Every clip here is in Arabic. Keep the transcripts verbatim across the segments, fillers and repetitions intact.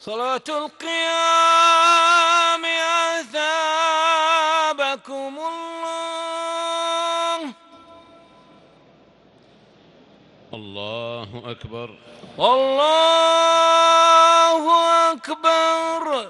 صلاة القيام أثابكم الله. الله أكبر. الله أكبر.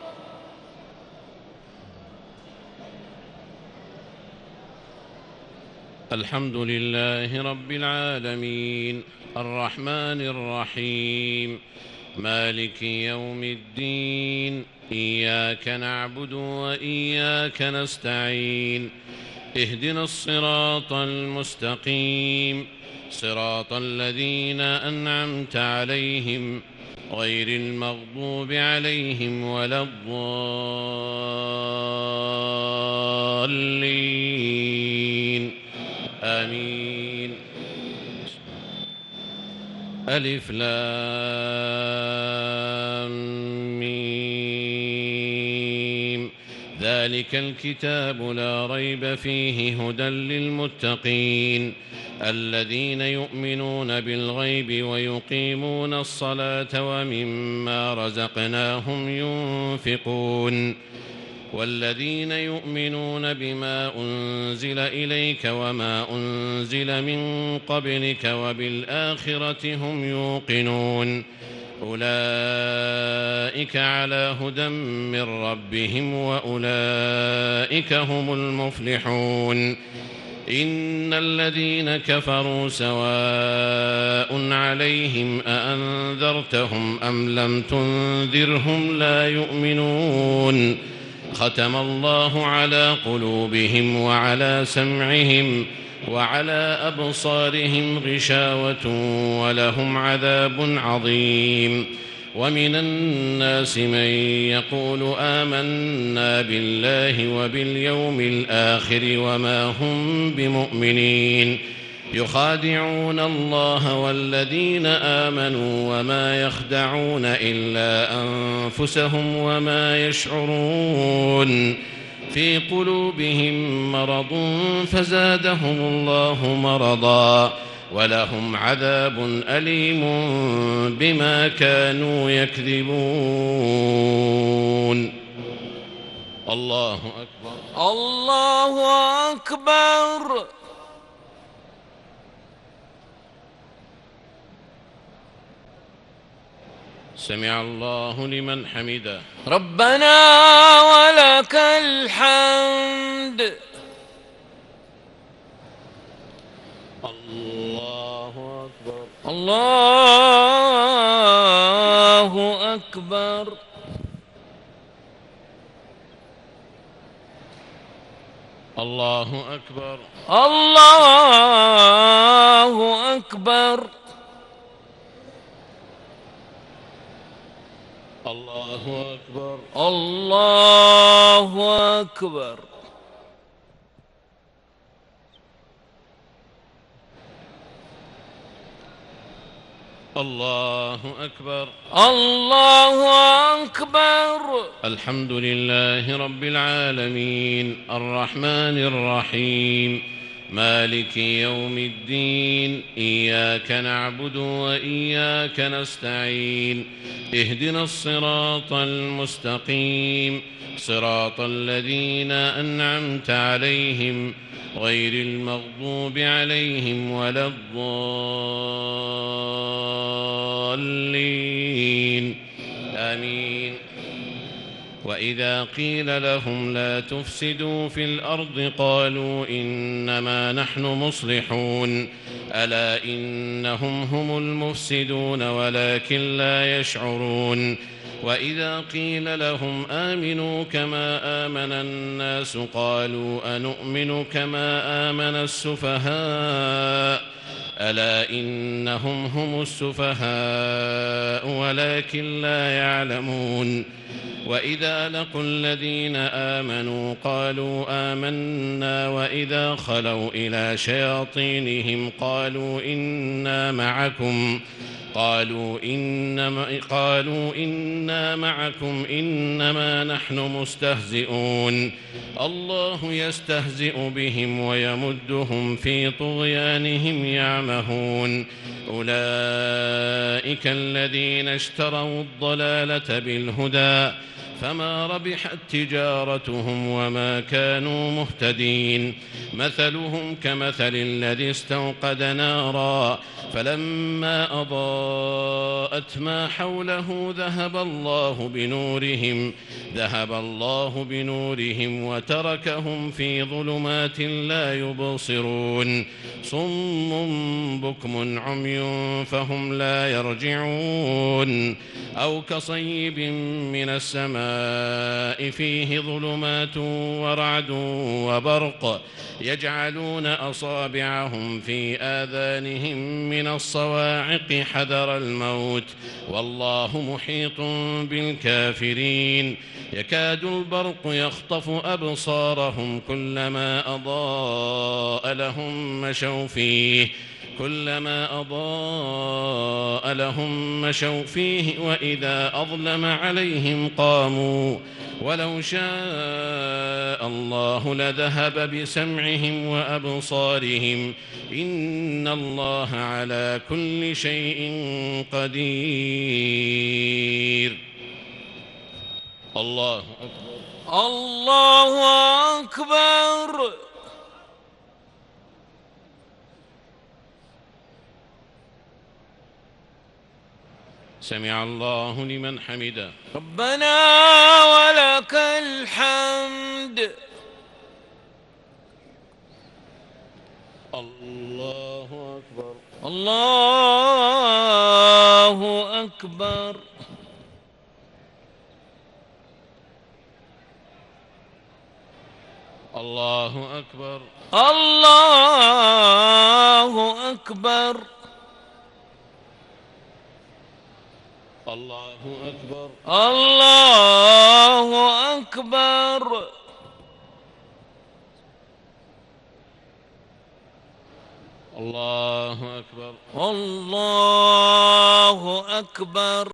الحمد لله رب العالمين الرحمن الرحيم مالك يوم الدين إياك نعبد وإياك نستعين اهدنا الصراط المستقيم صراط الذين أنعمت عليهم غير المغضوب عليهم ولا الضالين آمين. ألف لام ميم ذلك الكتاب لا ريب فيه هدى للمتقين الذين يؤمنون بالغيب ويقيمون الصلاة ومما رزقناهم ينفقون والذين يؤمنون بما أنزل إليك وما أنزل من قبلك وبالآخرة هم يوقنون أولئك على هدى من ربهم وأولئك هم المفلحون. إن الذين كفروا سواء عليهم أأنذرتهم أم لم تنذرهم لا يؤمنون ختم الله على قلوبهم وعلى سمعهم وعلى أبصارهم غشاوة ولهم عذاب عظيم. ومن الناس من يقول آمنا بالله وباليوم الآخر وما هم بمؤمنين يخادعون الله والذين آمنوا وما يخدعون إلا أنفسهم وما يشعرون في قلوبهم مرض فزادهم الله مرضا ولهم عذاب أليم بما كانوا يكذبون. الله أكبر. الله أكبر. سمع الله لمن حمده. ربنا ولك الحمد. الله أكبر. الله أكبر. الله أكبر. الله أكبر. الله أكبر. الله أكبر. الله أكبر. الله أكبر. الحمد لله رب العالمين الرحمن الرحيم مالك يوم الدين إياك نعبد وإياك نستعين اهدنا الصراط المستقيم صراط الذين أنعمت عليهم غير المغضوب عليهم ولا الضالين آمين. وإذا قيل لهم لا تفسدوا في الأرض قالوا إنما نحن مصلحون ألا إنهم هم المفسدون ولكن لا يشعرون. وإذا قيل لهم آمنوا كما آمن الناس قالوا أنؤمن كما آمن السفهاء ألا إنهم هم السفهاء ولكن لا يعلمون. وإذا لقوا الذين آمنوا قالوا آمنا وإذا خلوا إلى شياطينهم قالوا إنا معكم قالوا إنما, قالوا إنا معكم إنما نحن مستهزئون الله يستهزئ بهم ويمدهم في طغيانهم يعمهون أولئك الذين اشتروا الضلالة بالهدى فما ربحت تجارتهم وما كانوا مهتدين مثلهم كمثل الذي استوقد نارا فلما أضاءت ما حوله ذهب الله بنورهم ذهب الله بنورهم وتركهم في ظلمات لا يبصرون صم بكم عمي فهم لا يرجعون أو كصيب من السماء فيه ظلمات ورعد وبرق يجعلون أصابعهم في آذانهم من الصواعق حذر الموت والله محيط بالكافرين يكاد البرق يخطف أبصارهم كلما أضاء لهم مشوا فيه كلما أضاء لهم مشوا فيه وإذا أظلم عليهم قاموا ولو شاء الله لذهب بسمعهم وأبصارهم إن الله على كل شيء قدير. الله أكبر. الله أكبر. سمع الله لمن حمده. ربنا ولك الحمد. الله أكبر. الله أكبر. الله أكبر. الله أكبر. الله أكبر. الله أكبر. الله أكبر. الله أكبر.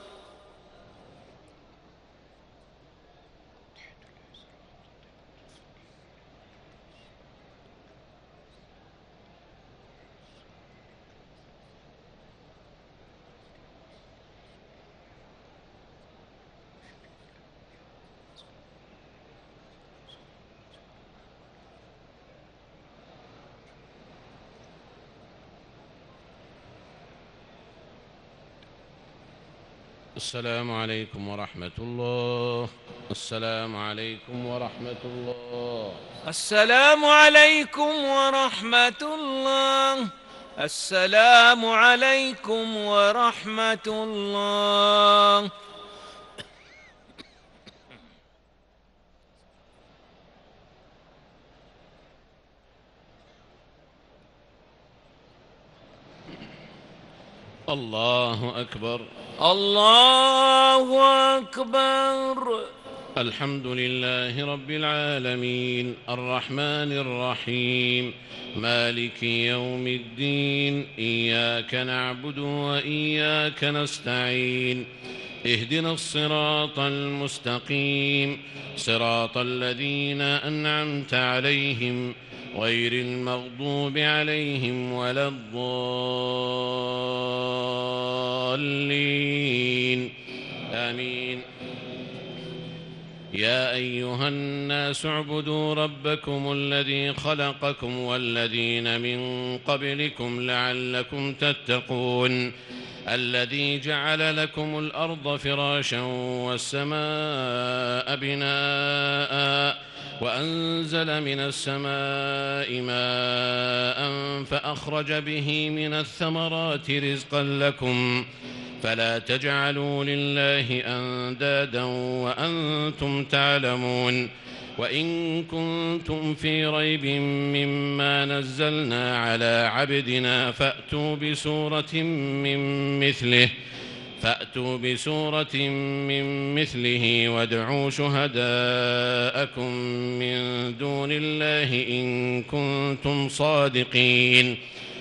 السلام عليكم ورحمة الله. السلام عليكم ورحمة الله. السلام عليكم ورحمة الله. السلام عليكم ورحمة الله. الله أكبر. الله أكبر. الحمد لله رب العالمين الرحمن الرحيم مالك يوم الدين إياك نعبد وإياك نستعين اهدنا الصراط المستقيم صراط الذين أنعمت عليهم غير المغضوب عليهم ولا الضالين آمين. يا أيها الناس اعبدوا ربكم الذي خلقكم والذين من قبلكم لعلكم تتقون الذي جعل لكم الأرض فراشا والسماء بناء وأنزل من السماء ماء فأخرج به من الثمرات رزقا لكم فلا تجعلوا لله أندادا وأنتم تعلمون وإن كنتم في ريب مما نزلنا على عبدنا فأتوا بسورة من مثله فأتوا بسورة من مثله وادعوا شهداءكم من دون الله إن كنتم صادقين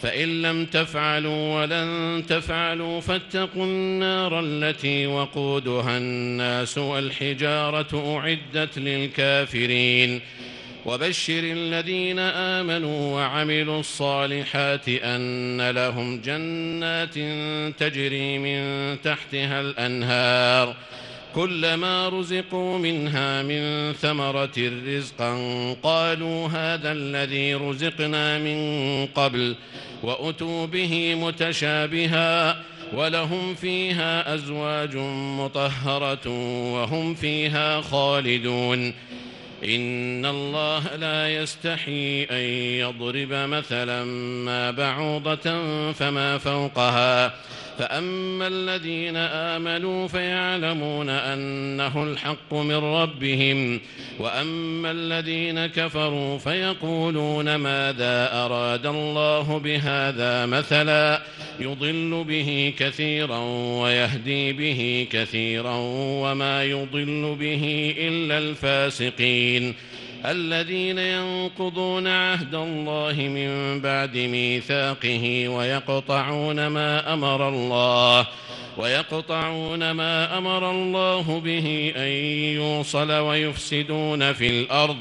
فإن لم تفعلوا ولن تفعلوا فاتقوا النار التي وقودها الناس والحجارة أعدت للكافرين وبشر الذين آمنوا وعملوا الصالحات أن لهم جنات تجري من تحتها الأنهار كلما رزقوا منها من ثمرة رزقا قالوا هذا الذي رزقنا من قبل وأتوا به متشابها ولهم فيها أزواج مطهرة وهم فيها خالدون إن الله لا يستحي أن يضرب مثلا ما بعوضة فما فوقها فأما الذين آمنوا فيعلمون أنه الحق من ربهم وأما الذين كفروا فيقولون ماذا أراد الله بهذا مثلا يضل به كثيرا ويهدي به كثيرا وما يضل به إلا الفاسقين الذين ينقضون عهد الله من بعد ميثاقه ويقطعون ما أمر الله ويقطعون ما أمر الله به أن يوصل ويفسدون في الأرض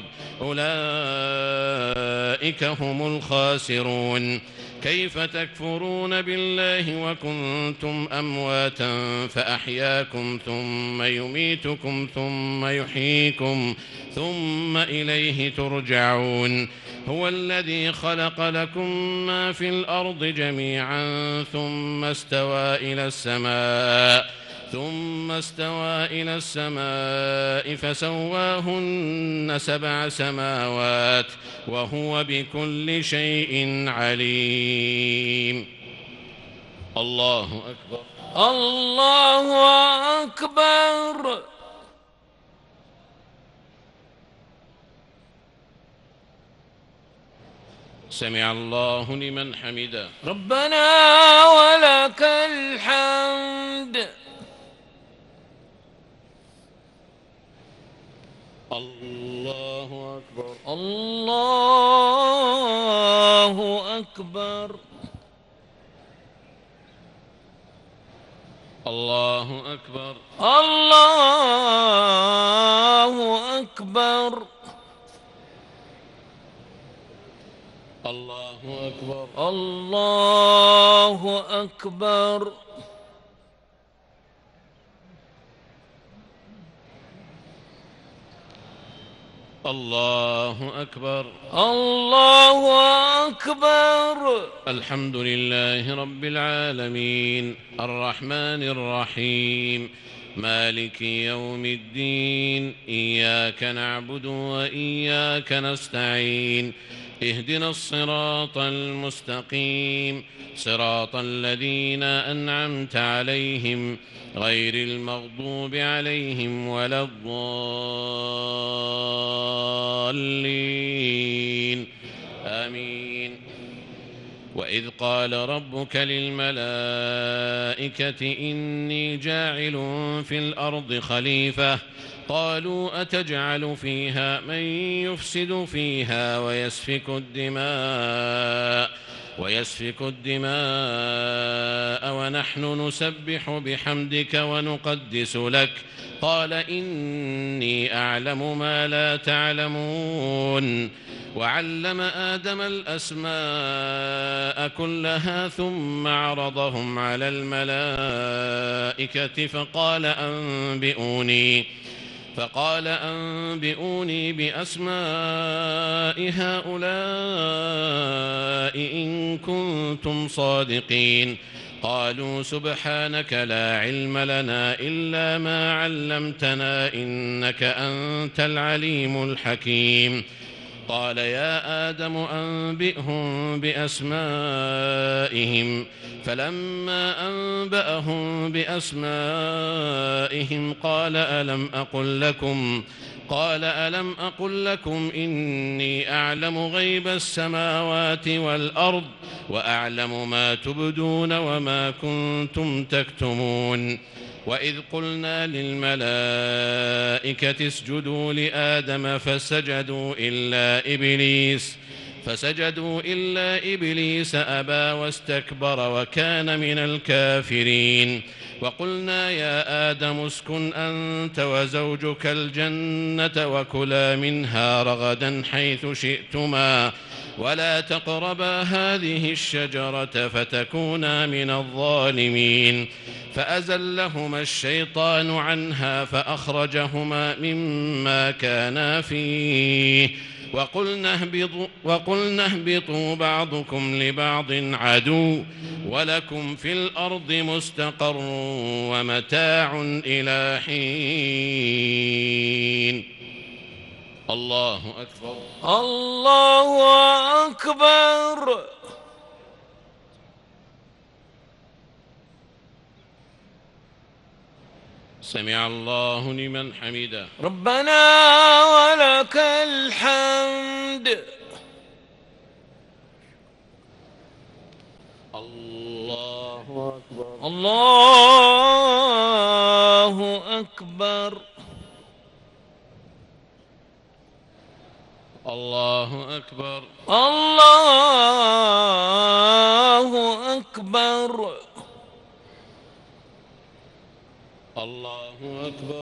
أولئك هم الخاسرون كيف تكفرون بالله وكنتم أمواتا فأحياكم ثم يميتكم ثم يحييكم ثم إليه ترجعون هو الذي خلق لكم ما في الأرض جميعا ثم استوى إلى السماء ثم استوى إلى السماء فسواهن سبع سماوات وهو بكل شيء عليم. الله أكبر. الله أكبر. سمع الله لمن حمده. ربنا ولك الحمد. الله أكبر. الله أكبر. الله أكبر. الله أكبر. الله أكبر. الله أكبر. الله أكبر. الله أكبر. الحمد لله رب العالمين الرحمن الرحيم مالك يوم الدين إياك نعبد وإياك نستعين اهدنا الصراط المستقيم صراط الذين أنعمت عليهم غير المغضوب عليهم ولا الضالين آمين. وإذ قال ربك للملائكة إني جاعل في الأرض خليفة قالوا أتجعل فيها من يفسد فيها ويسفك الدماء ويسفك الدماء ونحن نسبح بحمدك ونقدس لك قال إني أعلم ما لا تعلمون. وعلم آدم الأسماء كلها ثم عرضهم على الملائكة فقال أنبئوني فقال أنبئوني بأسماء هؤلاء إن كنتم صادقين. قالوا سبحانك لا علم لنا إلا ما علمتنا إنك أنت العليم الحكيم. قال يا آدم أنبئهم بأسمائهم فلما أنبأهم بأسمائهم قال ألم أقل لكم قال ألم أقل لكم إني أعلم غيب السماوات والأرض وأعلم ما تبدون وما كنتم تكتمون. وإذ قلنا للملائكة اسجدوا لآدم فسجدوا إلا إبليس فسجدوا إلا إبليس أبى واستكبر وكان من الكافرين. وقلنا يا آدم اسكن أنت وزوجك الجنة وكلا منها رغدا حيث شئتما ولا تقربا هذه الشجرة فتكونا من الظالمين. فأزلهما الشيطان عنها فأخرجهما مما كانا فيه وقلنا اهبطوا, وقلنا اهبطوا بعضكم لبعض عدو ولكم في الأرض مستقر ومتاع إلى حين. الله أكبر. الله أكبر. سمع الله لمن حمده. ربنا ولك الحمد. الله أكبر. الله أكبر. الله أكبر. الله أكبر. الله أكبر.